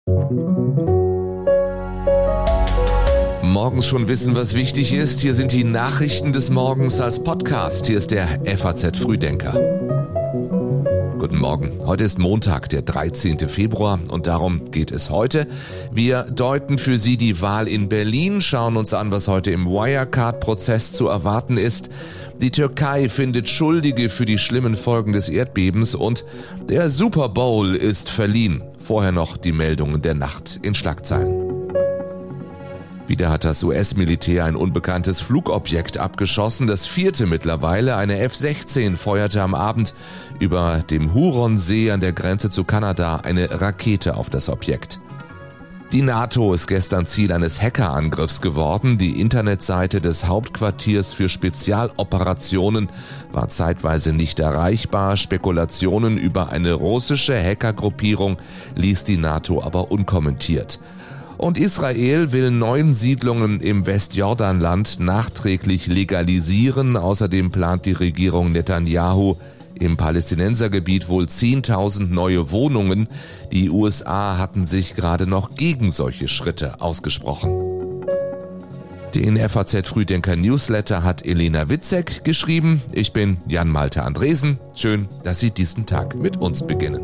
Morgens schon wissen, was wichtig ist. Hier sind die Nachrichten des Morgens als Podcast. Hier ist der FAZ Frühdenker. Guten Morgen. Heute ist Montag, der 13. Februar und darum geht es heute. Wir deuten für Sie die Wahl in Berlin, schauen uns an, was heute im Wirecard-Prozess zu erwarten ist. Die Türkei findet Schuldige für die schlimmen Folgen des Erdbebens und der Super Bowl ist verliehen. Vorher noch die Meldungen der Nacht in Schlagzeilen. Wieder hat das US-Militär ein unbekanntes Flugobjekt abgeschossen. Das vierte mittlerweile. Eine F-16 feuerte am Abend über dem Huronsee an der Grenze zu Kanada eine Rakete auf das Objekt. Die NATO ist gestern Ziel eines Hackerangriffs geworden. Die Internetseite des Hauptquartiers für Spezialoperationen war zeitweise nicht erreichbar. Spekulationen über eine russische Hackergruppierung ließ die NATO aber unkommentiert. Und Israel will 9 Siedlungen im Westjordanland nachträglich legalisieren. Außerdem plant die Regierung Netanyahu im Palästinensergebiet wohl 10.000 neue Wohnungen. Die USA hatten sich gerade noch gegen solche Schritte ausgesprochen. Den FAZ Frühdenker Newsletter hat Elena Witzek geschrieben. Ich bin Jan-Malte Andresen. Schön, dass Sie diesen Tag mit uns beginnen.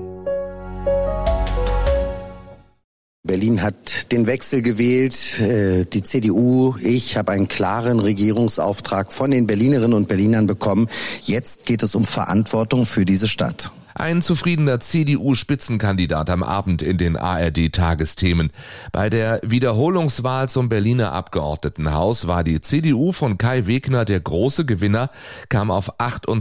Berlin hat den Wechsel gewählt, die CDU, ich habe einen klaren Regierungsauftrag von den Berlinerinnen und Berlinern bekommen. Jetzt geht es um Verantwortung für diese Stadt. Ein zufriedener CDU-Spitzenkandidat am Abend in den ARD-Tagesthemen. Bei der Wiederholungswahl zum Berliner Abgeordnetenhaus war die CDU von Kai Wegner der große Gewinner, kam auf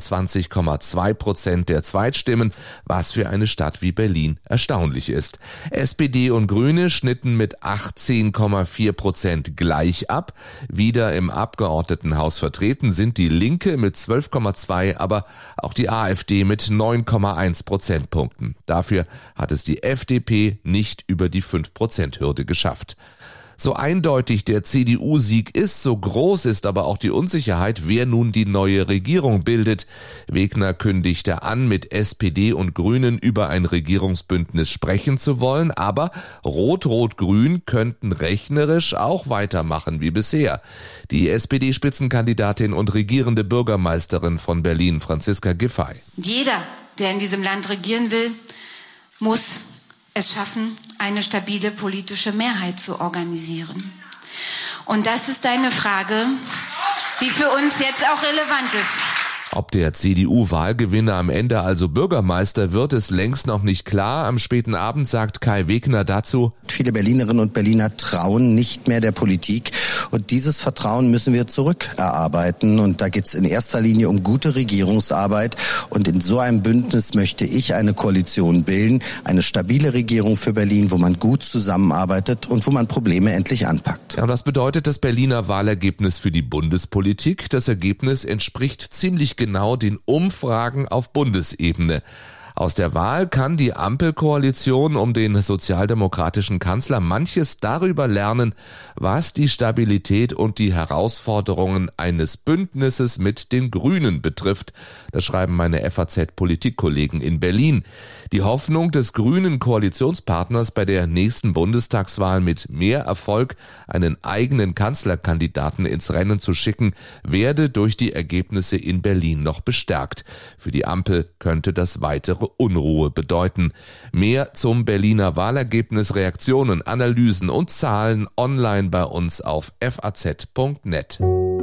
28,2% der Zweitstimmen, was für eine Stadt wie Berlin erstaunlich ist. SPD und Grüne schnitten mit 18,4% gleich ab. Wieder im Abgeordnetenhaus vertreten sind die Linke mit 12,2%, aber auch die AfD mit 9,1 Prozentpunkten. Dafür hat es die FDP nicht über die 5%-Hürde geschafft. So eindeutig der CDU-Sieg ist, so groß ist aber auch die Unsicherheit, wer nun die neue Regierung bildet. Wegner kündigte an, mit SPD und Grünen über ein Regierungsbündnis sprechen zu wollen, aber Rot-Rot-Grün könnten rechnerisch auch weitermachen wie bisher. Die SPD-Spitzenkandidatin und regierende Bürgermeisterin von Berlin, Franziska Giffey. Jeder, der in diesem Land regieren will, muss es schaffen, eine stabile politische Mehrheit zu organisieren. Und das ist eine Frage, die für uns jetzt auch relevant ist. Ob der CDU-Wahlgewinner am Ende also Bürgermeister wird, ist längst noch nicht klar. Am späten Abend sagt Kai Wegner dazu: Viele Berlinerinnen und Berliner trauen nicht mehr der Politik. Und dieses Vertrauen müssen wir zurückerarbeiten. Und da geht es in erster Linie um gute Regierungsarbeit. Und in so einem Bündnis möchte ich eine Koalition bilden, eine stabile Regierung für Berlin, wo man gut zusammenarbeitet und wo man Probleme endlich anpackt. Ja, das bedeutet das Berliner Wahlergebnis für die Bundespolitik. Das Ergebnis entspricht ziemlich genau den Umfragen auf Bundesebene. Aus der Wahl kann die Ampelkoalition um den sozialdemokratischen Kanzler manches darüber lernen, was die Stabilität und die Herausforderungen eines Bündnisses mit den Grünen betrifft. Das schreiben meine FAZ-Politikkollegen in Berlin. Die Hoffnung des grünen Koalitionspartners bei der nächsten Bundestagswahl mit mehr Erfolg einen eigenen Kanzlerkandidaten ins Rennen zu schicken, werde durch die Ergebnisse in Berlin noch bestärkt. Für die Ampel könnte das weitere Unruhe bedeuten. Mehr zum Berliner Wahlergebnis, Reaktionen, Analysen und Zahlen online bei uns auf faz.net.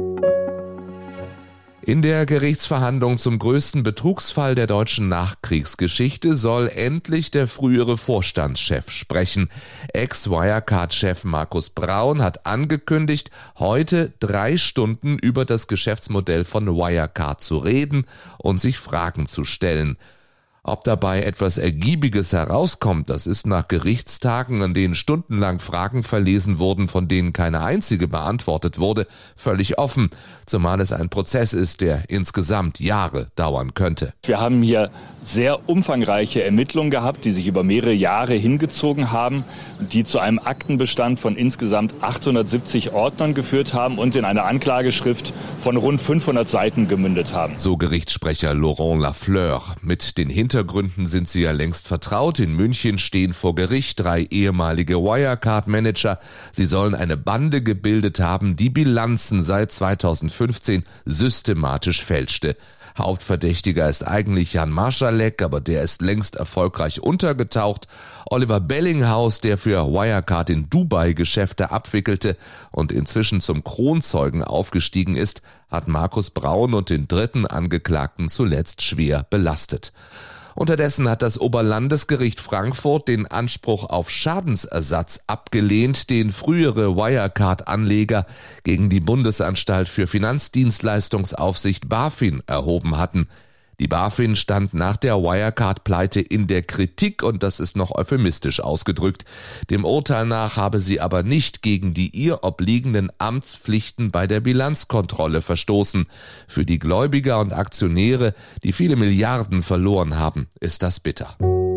In der Gerichtsverhandlung zum größten Betrugsfall der deutschen Nachkriegsgeschichte soll endlich der frühere Vorstandschef sprechen. Ex-Wirecard-Chef Markus Braun hat angekündigt, heute 3 Stunden über das Geschäftsmodell von Wirecard zu reden und sich Fragen zu stellen. Ob dabei etwas Ergiebiges herauskommt, das ist nach Gerichtstagen, an denen stundenlang Fragen verlesen wurden, von denen keine einzige beantwortet wurde, völlig offen, zumal es ein Prozess ist, der insgesamt Jahre dauern könnte. Wir haben hier sehr umfangreiche Ermittlungen gehabt, die sich über mehrere Jahre hingezogen haben, die zu einem Aktenbestand von insgesamt 870 Ordnern geführt haben und in eine Anklageschrift von rund 500 Seiten gemündet haben. So Gerichtssprecher Laurent Lafleur. Mit den Hintergründen sind sie ja längst vertraut. In München stehen vor Gericht 3 ehemalige Wirecard-Manager. Sie sollen eine Bande gebildet haben, die Bilanzen seit 2015 systematisch fälschte. Hauptverdächtiger ist eigentlich Jan Marschalek, aber der ist längst erfolgreich untergetaucht. Oliver Bellinghaus, der für Wirecard in Dubai Geschäfte abwickelte und inzwischen zum Kronzeugen aufgestiegen ist, hat Markus Braun und den dritten Angeklagten zuletzt schwer belastet. Unterdessen hat das Oberlandesgericht Frankfurt den Anspruch auf Schadensersatz abgelehnt, den frühere Wirecard-Anleger gegen die Bundesanstalt für Finanzdienstleistungsaufsicht BaFin erhoben hatten. Die BaFin stand nach der Wirecard-Pleite in der Kritik und das ist noch euphemistisch ausgedrückt. Dem Urteil nach habe sie aber nicht gegen die ihr obliegenden Amtspflichten bei der Bilanzkontrolle verstoßen. Für die Gläubiger und Aktionäre, die viele Milliarden verloren haben, ist das bitter.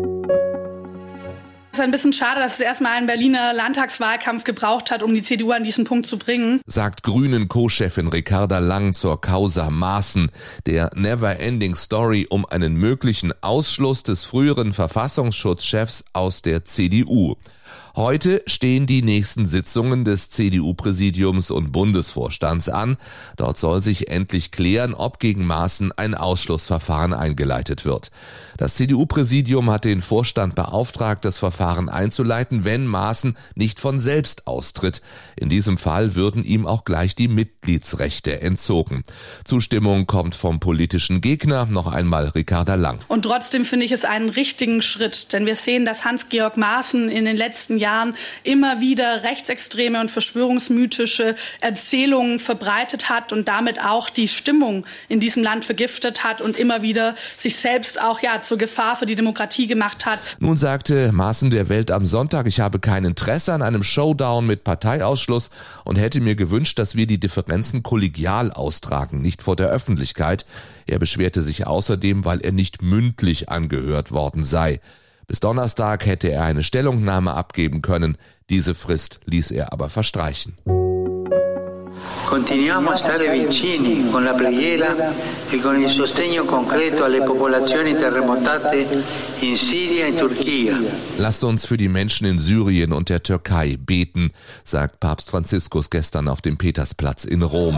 Es ist ein bisschen schade, dass es erstmal einen Berliner Landtagswahlkampf gebraucht hat, um die CDU an diesen Punkt zu bringen, sagt Grünen-Co-Chefin Ricarda Lang zur Causa Maaßen, der Never-Ending Story um einen möglichen Ausschluss des früheren Verfassungsschutzchefs aus der CDU. Heute stehen die nächsten Sitzungen des CDU-Präsidiums und Bundesvorstands an. Dort soll sich endlich klären, ob gegen Maaßen ein Ausschlussverfahren eingeleitet wird. Das CDU-Präsidium hat den Vorstand beauftragt, das Verfahren einzuleiten, wenn Maaßen nicht von selbst austritt. In diesem Fall würden ihm auch gleich die Mitgliedsrechte entzogen. Zustimmung kommt vom politischen Gegner, noch einmal Ricarda Lang. Und trotzdem finde ich es einen richtigen Schritt, denn wir sehen, dass Hans-Georg Maaßen in den letzten Jahren immer wieder rechtsextreme und verschwörungsmythische Erzählungen verbreitet hat und damit auch die Stimmung in diesem Land vergiftet hat und immer wieder sich selbst auch zur Gefahr für die Demokratie gemacht hat. Nun sagte Maaßen der Welt am Sonntag, ich habe kein Interesse an einem Showdown mit Parteiausschluss und hätte mir gewünscht, dass wir die Differenzen kollegial austragen, nicht vor der Öffentlichkeit. Er beschwerte sich außerdem, weil er nicht mündlich angehört worden sei. Bis Donnerstag hätte er eine Stellungnahme abgeben können. Diese Frist ließ er aber verstreichen. Continuiamo a stare vicini con la preghiera e con il sostegno concreto alle popolazioni terremotate in Siria e Turchia. Lasst uns für die Menschen in Syrien und der Türkei beten, sagt Papst Franziskus gestern auf dem Petersplatz in Rom.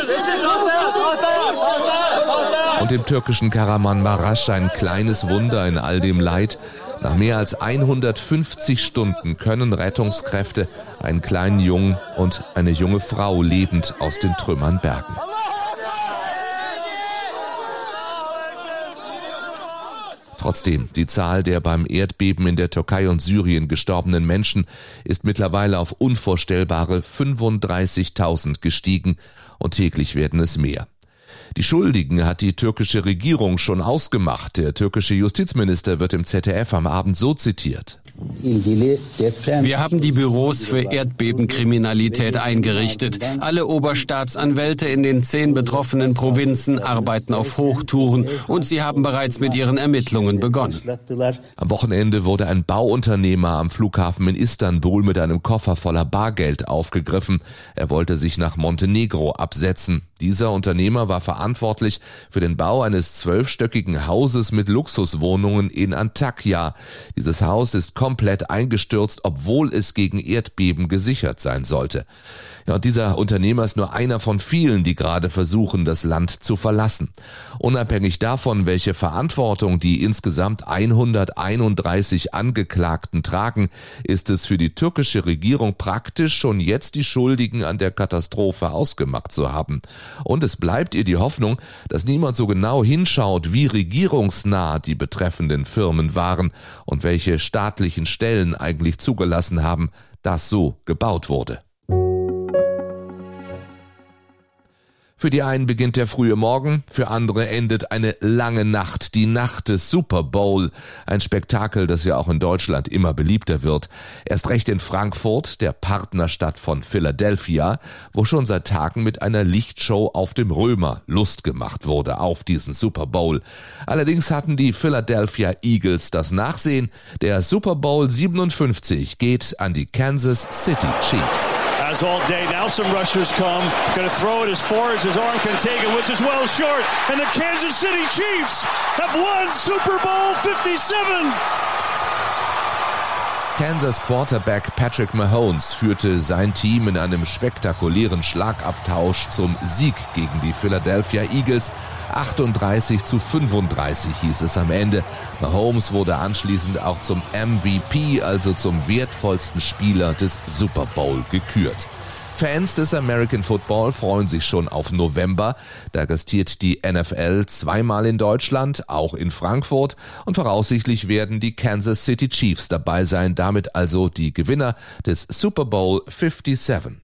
Und im türkischen Kahramanmaraş ein kleines Wunder in all dem Leid. Nach mehr als 150 Stunden können Rettungskräfte einen kleinen Jungen und eine junge Frau lebend aus den Trümmern bergen. Trotzdem, die Zahl der beim Erdbeben in der Türkei und Syrien gestorbenen Menschen ist mittlerweile auf unvorstellbare 35.000 gestiegen und täglich werden es mehr. Die Schuldigen hat die türkische Regierung schon ausgemacht. Der türkische Justizminister wird im ZDF am Abend so zitiert. Wir haben die Büros für Erdbebenkriminalität eingerichtet. Alle Oberstaatsanwälte in den 10 betroffenen Provinzen arbeiten auf Hochtouren und sie haben bereits mit ihren Ermittlungen begonnen. Am Wochenende wurde ein Bauunternehmer am Flughafen in Istanbul mit einem Koffer voller Bargeld aufgegriffen. Er wollte sich nach Montenegro absetzen. Dieser Unternehmer war verantwortlich für den Bau eines 12-stöckigen Hauses mit Luxuswohnungen in Antakya. Dieses Haus ist komplett eingestürzt, obwohl es gegen Erdbeben gesichert sein sollte. Ja, und dieser Unternehmer ist nur einer von vielen, die gerade versuchen, das Land zu verlassen. Unabhängig davon, welche Verantwortung die insgesamt 131 Angeklagten tragen, ist es für die türkische Regierung praktisch, schon jetzt die Schuldigen an der Katastrophe ausgemacht zu haben. Und es bleibt ihr die Hoffnung, dass niemand so genau hinschaut, wie regierungsnah die betreffenden Firmen waren und welche staatlichen Stellen eigentlich zugelassen haben, dass so gebaut wurde. Für die einen beginnt der frühe Morgen, für andere endet eine lange Nacht, die Nacht des Super Bowl. Ein Spektakel, das ja auch in Deutschland immer beliebter wird. Erst recht in Frankfurt, der Partnerstadt von Philadelphia, wo schon seit Tagen mit einer Lichtshow auf dem Römer Lust gemacht wurde auf diesen Super Bowl. Allerdings hatten die Philadelphia Eagles das Nachsehen. Der Super Bowl 57 geht an die Kansas City Chiefs. As all day, now some rushers come, going to throw it as far as his arm can take it, which is well short, and the Kansas City Chiefs have won Super Bowl 57. Kansas Quarterback Patrick Mahomes führte sein Team in einem spektakulären Schlagabtausch zum Sieg gegen die Philadelphia Eagles. 38-35 hieß es am Ende. Mahomes wurde anschließend auch zum MVP, also zum wertvollsten Spieler des Super Bowl, gekürt. Fans des American Football freuen sich schon auf November. Da gastiert die NFL zweimal in Deutschland, auch in Frankfurt. Und voraussichtlich werden die Kansas City Chiefs dabei sein, damit also die Gewinner des Super Bowl 57.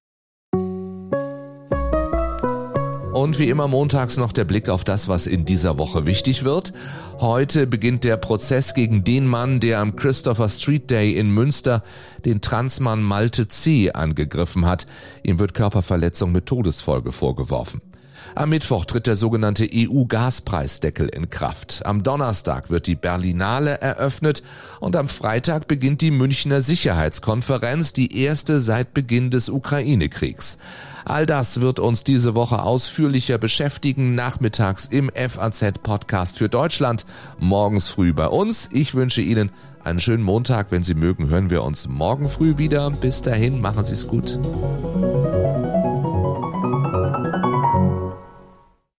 Und wie immer montags noch der Blick auf das, was in dieser Woche wichtig wird. Heute beginnt der Prozess gegen den Mann, der am Christopher Street Day in Münster den Transmann Malte C. angegriffen hat. Ihm wird Körperverletzung mit Todesfolge vorgeworfen. Am Mittwoch tritt der sogenannte EU-Gaspreisdeckel in Kraft. Am Donnerstag wird die Berlinale eröffnet und am Freitag beginnt die Münchner Sicherheitskonferenz, die erste seit Beginn des Ukraine-Kriegs. All das wird uns diese Woche ausführlicher beschäftigen, nachmittags im FAZ-Podcast für Deutschland, morgens früh bei uns. Ich wünsche Ihnen einen schönen Montag. Wenn Sie mögen, hören wir uns morgen früh wieder. Bis dahin, machen Sie es gut.